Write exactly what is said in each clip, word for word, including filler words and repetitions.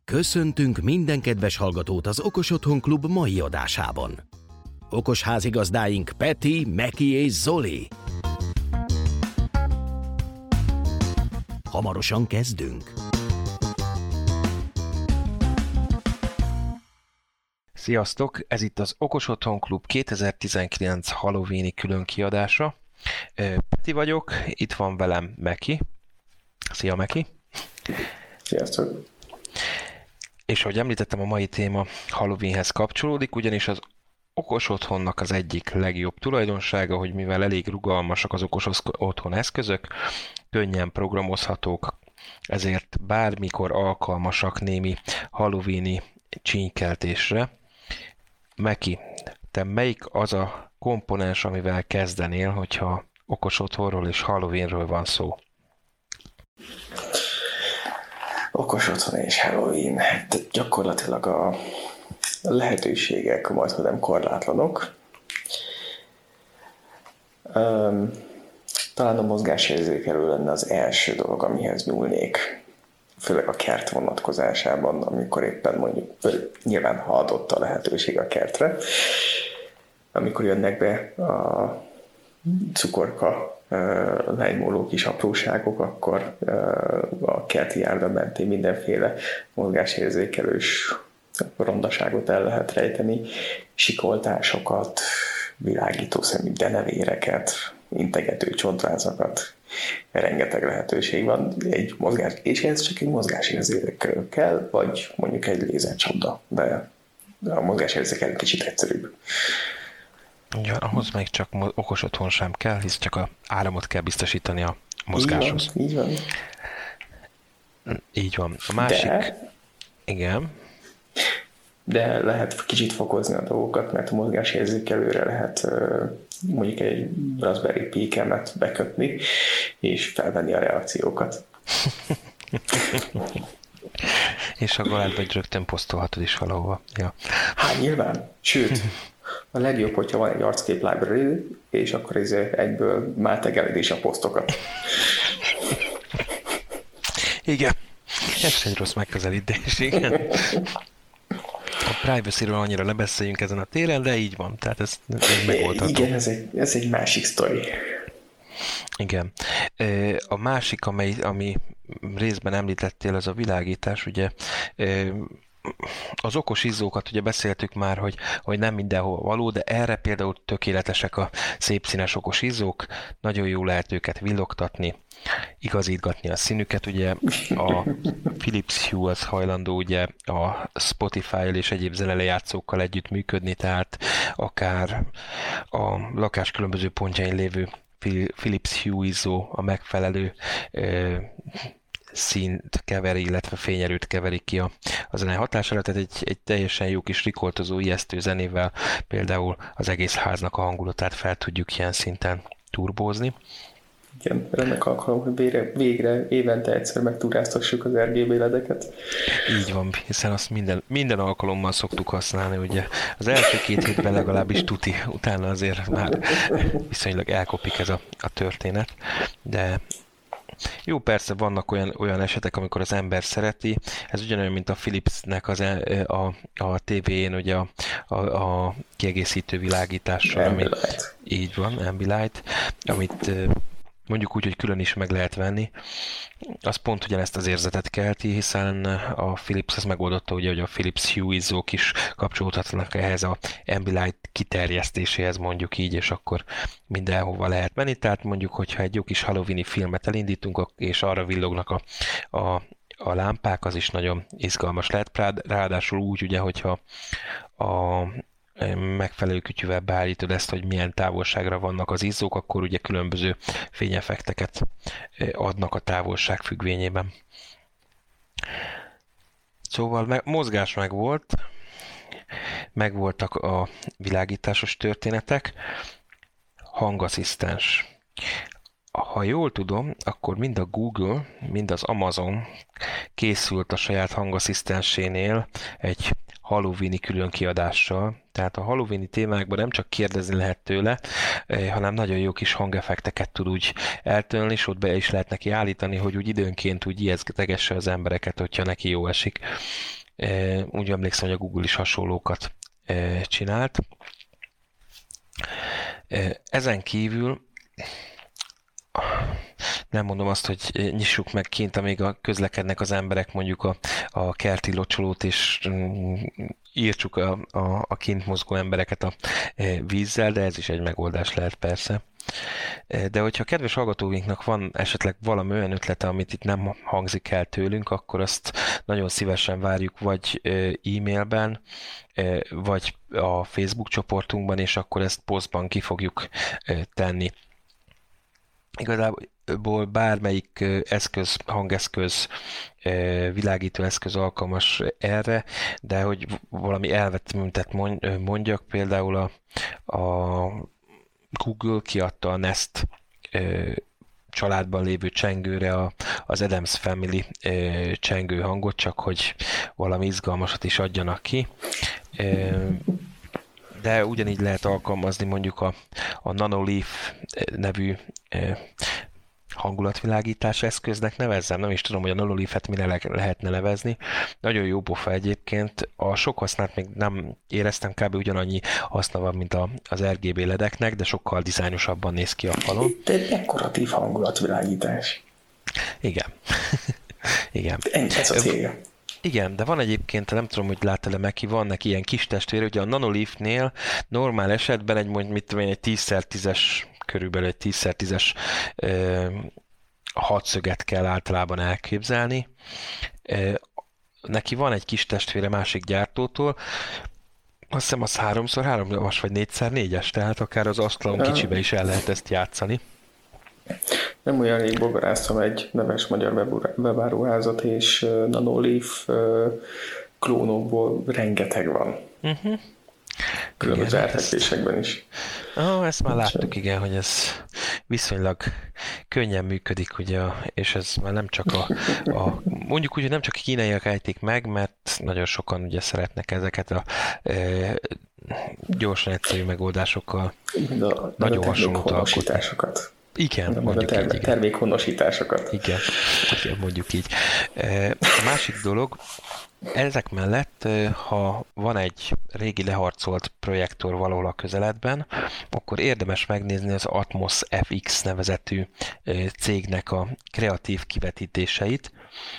Köszöntünk minden kedves hallgatót az Okos Otthon Klub mai adásában. Okos házigazdáink Peti, Meki és Zoli. Hamarosan kezdünk. Sziasztok! Ez itt az Okos Otthon Klub kétezer-tizenkilenc Halloween-i külön kiadása. Peti vagyok, itt van velem Meki. Szia, Meki! Sziasztok! És ahogy említettem, a mai téma Halloweenhez kapcsolódik, ugyanis az okos otthonnak az egyik legjobb tulajdonsága, hogy mivel elég rugalmasak az okos otthon eszközök, könnyen programozhatók, ezért bármikor alkalmasak némi Halloween-i csínykeltésre. Meki, te melyik az a komponens, amivel kezdenél, hogyha okos otthonról és Halloweenről van szó? Okos otthon és Halloween. Tehát gyakorlatilag a lehetőségek majd, hogy nem korlátlanok. Um, talán a mozgásérzékelő lenne az első dolog, amihez nyúlnék. Főleg a kert vonatkozásában, amikor éppen mondjuk, nyilván ha adott a lehetőség a kertre, amikor jönnek be a cukorka, lánymóló kis apróságok, akkor a kerti járda mentén mindenféle mozgásérzékelős rondaságot el lehet rejteni, sikoltásokat, világító szemű denevéreket, integető csontvázakat, rengeteg lehetőség van. Egy mozgás, és ez csak egy mozgásérzékelő kell, vagy mondjuk egy lézercsapda, de a mozgásérzékelő kicsit egyszerűbb. Ja, ahhoz még csak okos otthon sem kell, hisz csak a áramot kell biztosítani a mozgáshoz. Így van. Így van. Így van. A másik... De, igen. De lehet kicsit fokozni a dolgokat, mert a mozgásérzékelőre lehet mondjuk egy Raspberry Pi-kemet bekötni, és felvenni a reakciókat. És akkor lehet, hogy rögtön posztolhatod is valahova. Ja. Hát nyilván. Sőt, a legjobb, hogyha van egy arckép library, és akkor ez egyből mátegeled is a posztokat. Igen. Ez egy rossz megközelítés, igen. A privacy-ről annyira lebeszéljünk ezen a téren, de így van, tehát ez, ez megoldható. Igen, ez egy, ez egy másik sztori. Igen. A másik, amely, ami részben említettél, az a világítás, ugye az okos izzókat ugye beszéltük már, hogy, hogy nem mindenhol való, de erre például tökéletesek a szép színes okos izzók, nagyon jó lehet őket villogtatni, igazítgatni a színüket, ugye a Philips Hue az hajlandó ugye a Spotify-el és egyéb zenelejátszókkal együtt működni, tehát akár a lakás különböző pontjain lévő Philips Hue izzó a megfelelő színt keveri, illetve fényerőt keveri ki a, a zene hatására, tehát egy, egy teljesen jó kis rikoltozó, ijesztő zenével például az egész háznak a hangulatát fel tudjuk ilyen szinten turbózni. Igen, ennek alkalom, hogy végre, végre évente egyszer megturáztassuk az er gé bé ledeket. Így van, hiszen azt minden, minden alkalommal szoktuk használni, ugye az első két hétben legalábbis tuti, utána azért már viszonylag elkopik ez a, a történet, de jó, persze vannak olyan, olyan esetek, amikor az ember szereti, ez ugyanolyan, mint a Philipsnek az, a, a tévén, ugye a, a, a kiegészítő világítással, ami, így van, Ambilight, amit mondjuk úgy, hogy külön is meg lehet venni, az pont ugyanezt az érzetet kelti, hiszen a Philips az megoldotta, ugye, hogy a Philips Hue izzók is kapcsolódhatnak ehhez a Ambilight kiterjesztéséhez, mondjuk így, és akkor mindenhova lehet menni. Tehát mondjuk, hogyha egy jó kis Halloween-i filmet elindítunk, és arra villognak a, a, a lámpák, az is nagyon izgalmas lehet. Ráadásul úgy, ugye, hogyha a megfelelő kütyűvel beállítod ezt, hogy milyen távolságra vannak az izzók, akkor ugye különböző fényeffekteket adnak a távolság függvényében. Szóval me- mozgás meg volt, megvoltak a világításos történetek, hangasszisztens. Ha jól tudom, akkor mind a Google, mind az Amazon készült a saját hangasszisztensénél egy Halloween-i külön kiadással. Tehát a Halloween-i témákban nem csak kérdezni lehet tőle, hanem nagyon jó kis hangeffekteket tud úgy eltölni, és ott be is lehet neki állítani, hogy úgy időnként úgy ijesztegesse az embereket, hogyha neki jó esik. Úgy emlékszem, hogy a Google is hasonlókat csinált. Ezen kívül nem mondom azt, hogy nyissuk meg kint, amíg a közlekednek az emberek mondjuk a, a kerti locsolót, és írtsuk a, a, a kint mozgó embereket a vízzel, de ez is egy megoldás lehet persze. De hogyha a kedves hallgatóinknak van esetleg valami olyan ötlete, amit itt nem hangzik el tőlünk, akkor azt nagyon szívesen várjuk, vagy e-mailben, vagy a Facebook csoportunkban, és akkor ezt posztban ki fogjuk tenni. Igazából bármelyik eszköz, hangeszköz, világító eszköz alkalmas erre, de hogy valami elvetműtet mondjak, például a, a Google kiadta a Nest családban lévő csengőre a, az Addams Family csengő hangot, csak hogy valami izgalmasat is adjanak ki. De ugyanígy lehet alkalmazni mondjuk a, a Nanoleaf nevű hangulatvilágítás eszköznek nevezzem, nem is tudom, hogy a Nanoleaf-et mire le- lehetne nevezni. Nagyon jó pofa egyébként. A sok hasznát még nem éreztem, kb. Ugyanannyi haszna van, mint a, az er gé bé ledeknek, de sokkal dizájnosabban néz ki a falon. De egy dekoratív hangulatvilágítás. Igen. Igen. Ennyi, ez a célja. Igen, de van egyébként, nem tudom, hogy látta-e Meki, van neki ilyen kis testvére, ugye a Nanoleaf-nél normál esetben egy, mondjuk, mit tudom én, egy tíz szer tízes, körülbelül egy tíz szer tízes ö, hatszöget kell általában elképzelni. Ö, neki van egy kis testvére másik gyártótól, azt hiszem az három szer hármas vagy négy szer négyes, tehát akár az asztalon kicsibe is el lehet ezt játszani. Nem olyan rég bogaráztam egy neves magyar webáruházat, és Nanoleaf klónokból rengeteg van. Uh-huh. Különböző elfekvésekben is. Ah, ezt már láttuk, igen, hogy ez viszonylag könnyen működik, ugye, és ez már nem csak a, a mondjuk úgy, hogy nem csak a kínaiak ejtik meg, mert nagyon sokan ugye szeretnek ezeket a e, gyorsan egyszerű megoldásokkal a, nagyon hasonlót alkotni. Igen, de mondjuk a terv- így. termékhonosításokat. Igen, igen, mondjuk így. A másik dolog, ezek mellett, ha van egy régi leharcolt projektor valahol a közeledben, akkor érdemes megnézni az Atmos ef iksz nevezetű cégnek a kreatív kivetítéseit,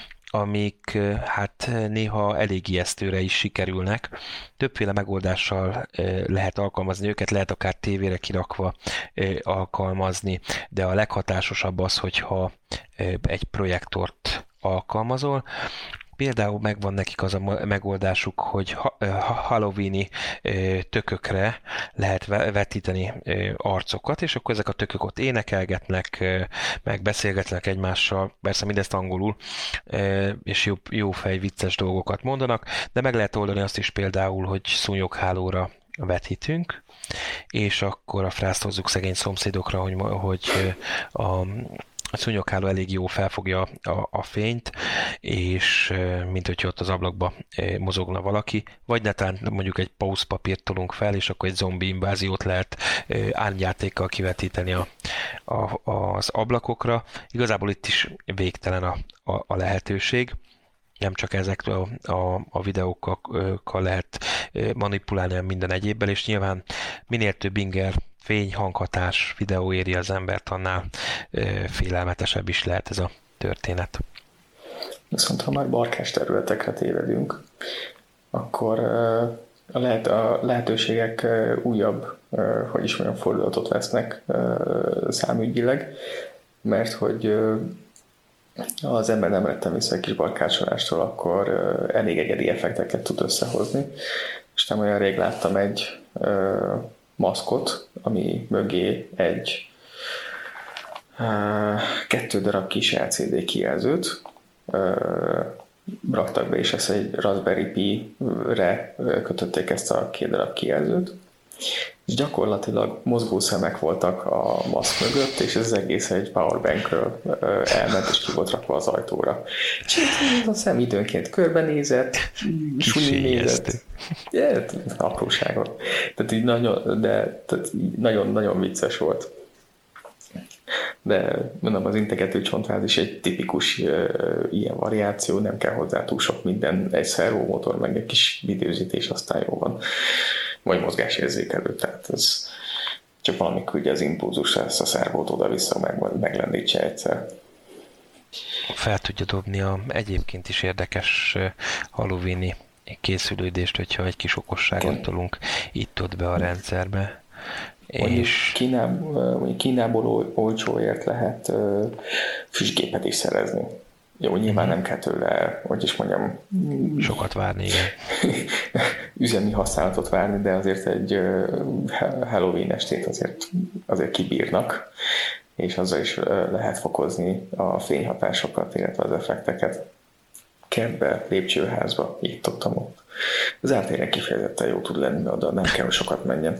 amik hát néha elég ijesztőre is sikerülnek. Többféle megoldással lehet alkalmazni őket, lehet akár tévére kirakva alkalmazni, de a leghatásosabb az, hogyha egy projektort alkalmazol. Például megvan nekik az a megoldásuk, hogy halloweeni tökökre lehet vetíteni arcokat, és akkor ezek a tökök ott énekelgetnek, meg beszélgetnek egymással, persze mindezt angolul, és jó, jó fej, vicces dolgokat mondanak, de meg lehet oldani azt is például, hogy szúnyoghálóra vetítünk, és akkor a frászt hozzuk szegény szomszédokra, hogy, hogy a A szúnyogháló elég jó felfogja a, a fényt, és mint hogyha ott az ablakba mozogna valaki, vagy netán mondjuk egy pauszpapírt tolunk fel, és akkor egy zombi inváziót lehet árnyjátékkal kivetíteni a, a, az ablakokra. Igazából itt is végtelen a, a, a lehetőség. Nem csak ezekről a, a, a videókkal lehet manipulálni, hanem minden egyébben, és nyilván minél több inger fény, hanghatás, videó éri az embert, annál félelmetesebb is lehet ez a történet. Viszont ha már barkás területekre tévedünk, akkor a, lehet, a lehetőségek újabb, hogy is olyan fordulatot vesznek számügyileg, mert hogy az ember nem rettem vissza egy kis barkácsolástól, akkor elég egyedi effekteket tud összehozni. És nem olyan rég láttam egy maszkot, ami mögé egy uh, kettő darab kis el cé dé kijelzőt uh, raktak be, és ezt egy Raspberry Pi-re kötötték ezt a két darab kijelzőt, és gyakorlatilag mozgó szemek voltak a maszk mögött, és ez az egész egy powerbankről uh, elment, és ki volt rakva az ajtóra. És a szem időnként körbenézett, sunyi nézett. Yeah, apróságok. Tehát így nagyon, de tehát így nagyon-nagyon vicces volt. de mondom, az integető csontváz is egy tipikus uh, ilyen variáció, nem kell hozzá túl sok minden, egy szervomotor, meg egy kis időzítés, aztán jó van. Vagy mozgásérzékelő, tehát ez csak valami küldje az impulzusra, ezt a szervót oda-vissza meg, meglendítse egyszer. Fel tudja dobni a egyébként is érdekes halloweeni készülődést, hogyha egy kis okosságot tolunk itt-ott be a rendszerbe. És Kínából, Kínából olcsóért lehet füstgépet is szerezni. Jó, nyilván nem kell tőle, hogy is mondjam... Sokat várni, igen. üzemi használatot várni, de azért egy Halloween estét azért, azért kibírnak, és azzal is lehet fokozni a fényhatásokat, illetve az effekteket. Kertbe, lépcsőházba, itt ott, ott. Az átérnek kifejezetten jó tud lenni, oda nem kell, hogy sokat menjen.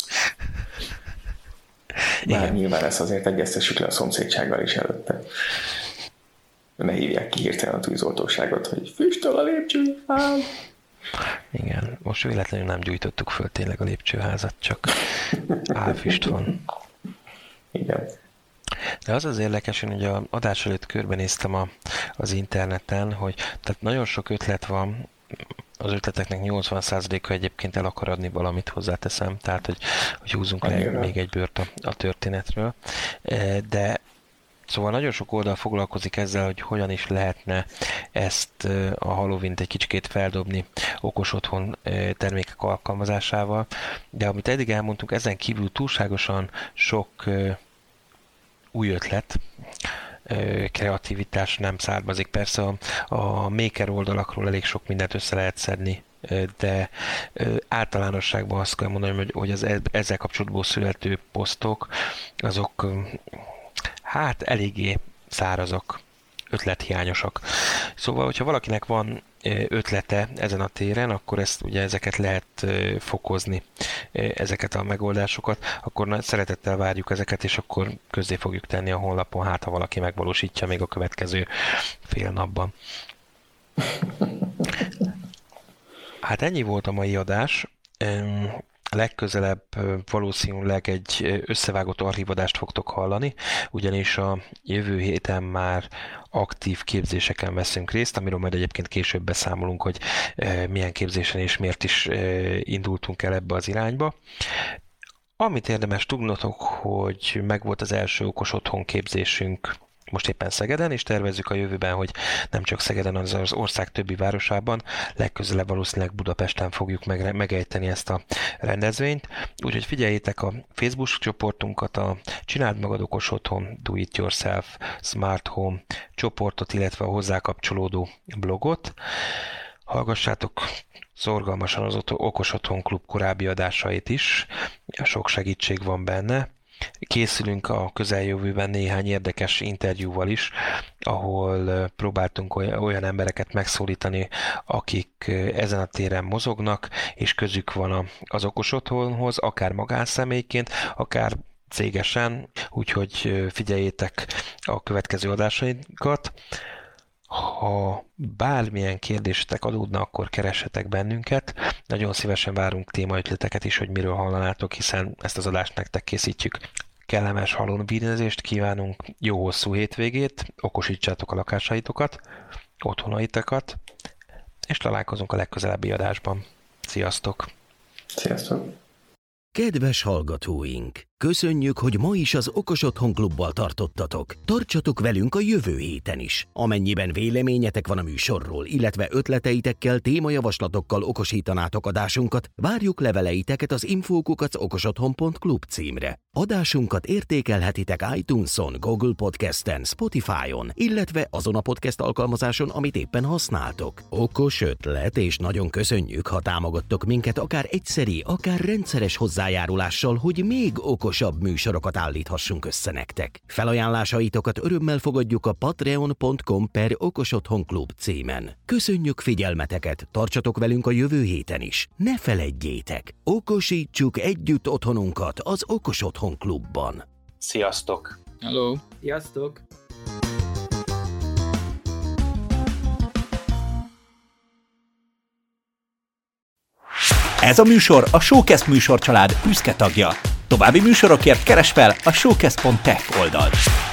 Bár igen. Nyilván ezt azért egyeztessük le a szomszédsággal is előtte. Ne hívják ki hirtelen a tűzoltóságot, hogy füstöl a lépcsőház. Igen, most véletlenül nem gyújtottuk föl tényleg a lépcsőházat, csak álfüst van. Igen. De az az érdekes, hogy az adás előtt körbenéztem a, az interneten, hogy tehát nagyon sok ötlet van, az ötleteknek nyolcvan százaléka egyébként el akar adni valamit, hozzáteszem, tehát hogy, hogy húzzunk le még egy bőrt a, a történetről. De szóval nagyon sok oldal foglalkozik ezzel, hogy hogyan is lehetne ezt a Halloweent egy kicsikét feldobni okos otthon termékek alkalmazásával, de amit eddig elmondtunk, ezen kívül túlságosan sok új ötlet, kreativitás nem származik. Persze a, a maker oldalakról elég sok mindent össze lehet szedni, de általánosságban azt kell mondani, hogy, hogy az ezzel kapcsolatból születő posztok, azok hát eléggé szárazak, ötlethiányosak. Szóval, hogyha valakinek van ötlete ezen a téren, akkor ezt ugye ezeket lehet fokozni, ezeket a megoldásokat, akkor szeretettel várjuk ezeket, és akkor közzé fogjuk tenni a honlapon, hát ha valaki megvalósítja még a következő fél napban. Hát ennyi volt a mai adás. Legközelebb valószínűleg egy összevágott archívadást fogtok hallani, ugyanis a jövő héten már aktív képzéseken veszünk részt, amiről majd egyébként később beszámolunk, hogy milyen képzésen és miért is indultunk el ebbe az irányba. Amit érdemes tudnotok, hogy megvolt az első okos otthon képzésünk most éppen Szegeden, és tervezzük a jövőben, hogy nem csak Szegeden, hanem az ország többi városában, legközelebb valószínűleg Budapesten fogjuk meg, megejteni ezt a rendezvényt. Úgyhogy figyeljétek a Facebook csoportunkat, a Csináld magad okos otthon, Do It Yourself, Smart Home csoportot, illetve a hozzá kapcsolódó blogot. Hallgassátok szorgalmasan az Okos Otthon Klub korábbi adásait is, sok segítség van benne. Készülünk a közeljövőben néhány érdekes interjúval is, ahol próbáltunk olyan embereket megszólítani, akik ezen a téren mozognak, és közük van az okos otthonhoz, akár magánszemélyként, akár cégesen, úgyhogy figyeljétek a következő adásainkat. Ha bármilyen kérdésetek adódna, akkor keressetek bennünket. Nagyon szívesen várunk témaötleteket is, hogy miről hallanátok, hiszen ezt az adást nektek készítjük. Kellemes halloweenezést kívánunk, jó hosszú hétvégét, okosítsátok a lakásaitokat, otthonaitokat, és találkozunk a legközelebbi adásban. Sziasztok! Sziasztok! Kedves hallgatóink! Köszönjük, hogy ma is az Okos Otthon Klubbal tartottatok. Tartsatok velünk a jövő héten is. Amennyiben véleményetek van a műsorról, illetve ötleteitekkel, témajavaslatokkal okosítanátok adásunkat, várjuk leveleiteket az info kukac okosotthon pont klub címre. Adásunkat értékelhetitek iTunes-on, Google Podcasten, Spotify-on, illetve azon a podcast alkalmazáson, amit éppen használtok. Okos ötlet, és nagyon köszönjük, ha támogattok minket akár egyszeri, akár rendszeres hozzájárulással, hogy még okosabb műsorokat állíthassunk össze nektek. Felajánlásaitokat örömmel fogadjuk a patreon pont com per okosotthon klub címen. Köszönjük figyelmeteket, tartsatok velünk a jövő héten is. Ne feledjétek, okosítsuk együtt otthonunkat az Okos Otthon Klubban. Sziasztok! Hello! Sziasztok! Ez a műsor a Showcast műsorcsalád büszke tagja. További műsorokért keresd fel a showcast pont tech oldalt.